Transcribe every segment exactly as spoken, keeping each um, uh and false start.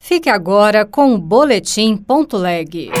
Fique agora com o Boletim Ponto Leg.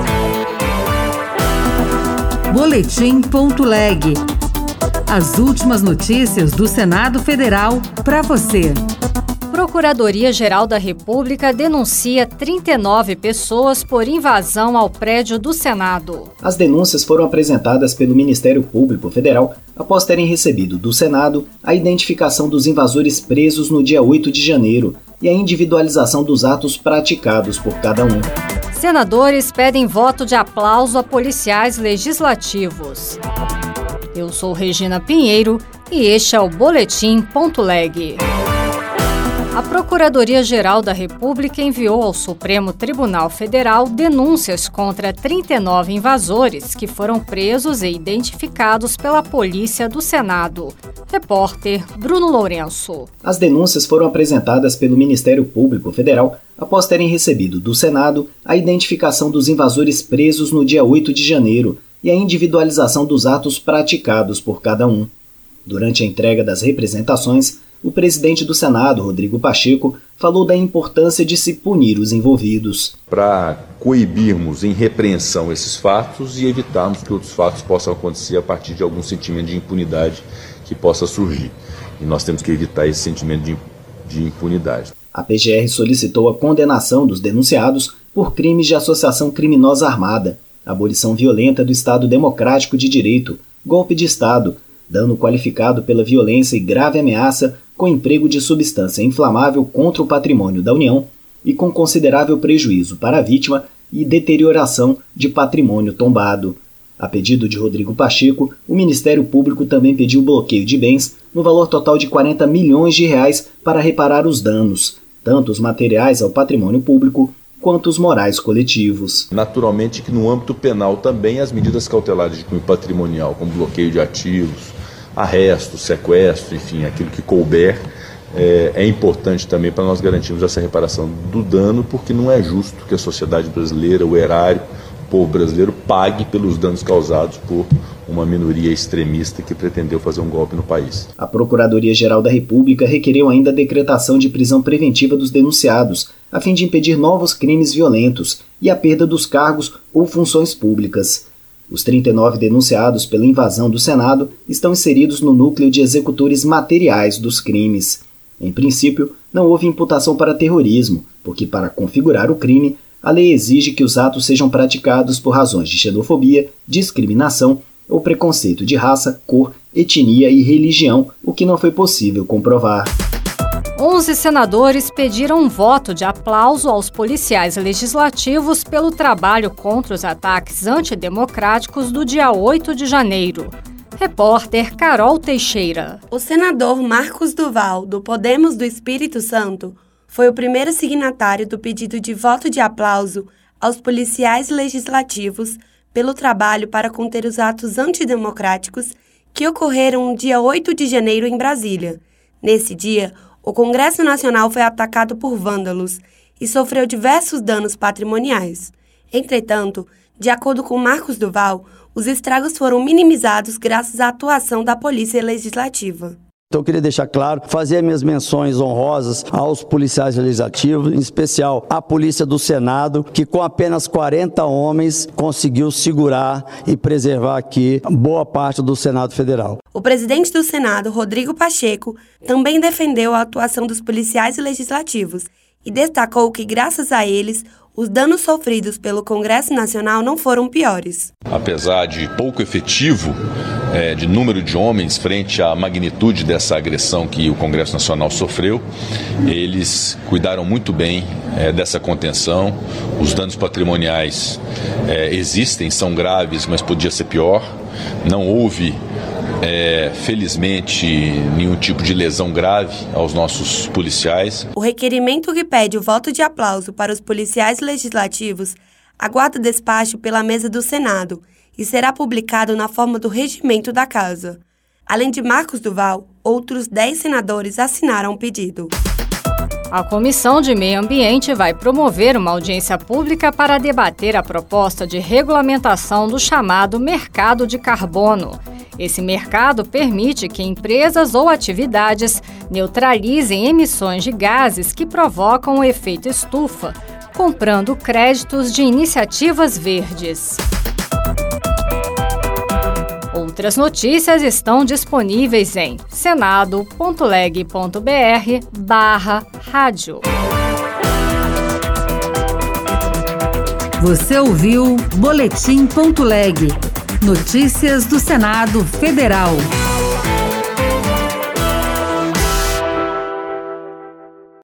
Boletim Ponto Leg. As últimas notícias do Senado Federal para você. Procuradoria-Geral da República denuncia trinta e nove pessoas por invasão ao prédio do Senado. As denúncias foram apresentadas pelo Ministério Público Federal após terem recebido do Senado a identificação dos invasores presos no dia oito de janeiro e a individualização dos atos praticados por cada um. Senadores pedem voto de aplauso a policiais legislativos. Eu sou Regina Pinheiro e este é o Boletim Ponto Leg. A Procuradoria-Geral da República enviou ao Supremo Tribunal Federal denúncias contra trinta e nove invasores que foram presos e identificados pela Polícia do Senado. Repórter Bruno Lourenço. As denúncias foram apresentadas pelo Ministério Público Federal após terem recebido do Senado a identificação dos invasores presos no dia oito de janeiro e a individualização dos atos praticados por cada um. Durante a entrega das representações, o presidente do Senado, Rodrigo Pacheco, falou da importância de se punir os envolvidos. Para coibirmos em repreensão esses fatos e evitarmos que outros fatos possam acontecer a partir de algum sentimento de impunidade que possa surgir. E nós temos que evitar esse sentimento de, de impunidade. A P G R solicitou a condenação dos denunciados por crimes de associação criminosa armada, abolição violenta do Estado Democrático de Direito, golpe de Estado, dano qualificado pela violência e grave ameaça com emprego de substância inflamável contra o patrimônio da União e com considerável prejuízo para a vítima e deterioração de patrimônio tombado. A pedido de Rodrigo Pacheco, o Ministério Público também pediu bloqueio de bens no valor total de quarenta milhões de reais para reparar os danos, tanto os materiais ao patrimônio público quanto os morais coletivos. Naturalmente que no âmbito penal também as medidas cautelares de cunho patrimonial, como bloqueio de ativos, arresto, sequestro, enfim, aquilo que couber, é, é importante também para nós garantirmos essa reparação do dano, porque não é justo que a sociedade brasileira, o erário, o povo brasileiro pague pelos danos causados por uma minoria extremista que pretendeu fazer um golpe no país. A Procuradoria-Geral da República requereu ainda a decretação de prisão preventiva dos denunciados, a fim de impedir novos crimes violentos e a perda dos cargos ou funções públicas. Os trinta e nove denunciados pela invasão do Senado estão inseridos no núcleo de executores materiais dos crimes. Em princípio, não houve imputação para terrorismo, porque para configurar o crime, a lei exige que os atos sejam praticados por razões de xenofobia, discriminação ou preconceito de raça, cor, etnia e religião, o que não foi possível comprovar. onze senadores pediram um voto de aplauso aos policiais legislativos pelo trabalho contra os ataques antidemocráticos do dia oito de janeiro. Repórter Carol Teixeira. O senador Marcos Duval, do Podemos do Espírito Santo, foi o primeiro signatário do pedido de voto de aplauso aos policiais legislativos pelo trabalho para conter os atos antidemocráticos que ocorreram no dia oito de janeiro em Brasília. Nesse dia, o Congresso Nacional foi atacado por vândalos e sofreu diversos danos patrimoniais. Entretanto, de acordo com Marcos Duval, os estragos foram minimizados graças à atuação da Polícia Legislativa. Então eu queria deixar claro, fazer minhas menções honrosas aos policiais legislativos, em especial à Polícia do Senado, que com apenas quarenta homens conseguiu segurar e preservar aqui boa parte do Senado Federal. O presidente do Senado, Rodrigo Pacheco, também defendeu a atuação dos policiais legislativos e destacou que, graças a eles, os danos sofridos pelo Congresso Nacional não foram piores. Apesar de pouco efetivo é, de número de homens frente à magnitude dessa agressão que o Congresso Nacional sofreu, eles cuidaram muito bem é, dessa contenção. Os danos patrimoniais é, existem, são graves, mas podia ser pior. Não houve, É, felizmente, nenhum tipo de lesão grave aos nossos policiais. O requerimento que pede o voto de aplauso para os policiais legislativos aguarda despacho pela mesa do Senado e será publicado na forma do regimento da Casa. Além de Marcos Duval, outros dez senadores assinaram o pedido. A Comissão de Meio Ambiente vai promover uma audiência pública para debater a proposta de regulamentação do chamado mercado de carbono. Esse mercado permite que empresas ou atividades neutralizem emissões de gases que provocam o efeito estufa, comprando créditos de iniciativas verdes. Outras notícias estão disponíveis em senado ponto leg ponto br barra rádio. Você ouviu Boletim ponto leg. Notícias do Senado Federal.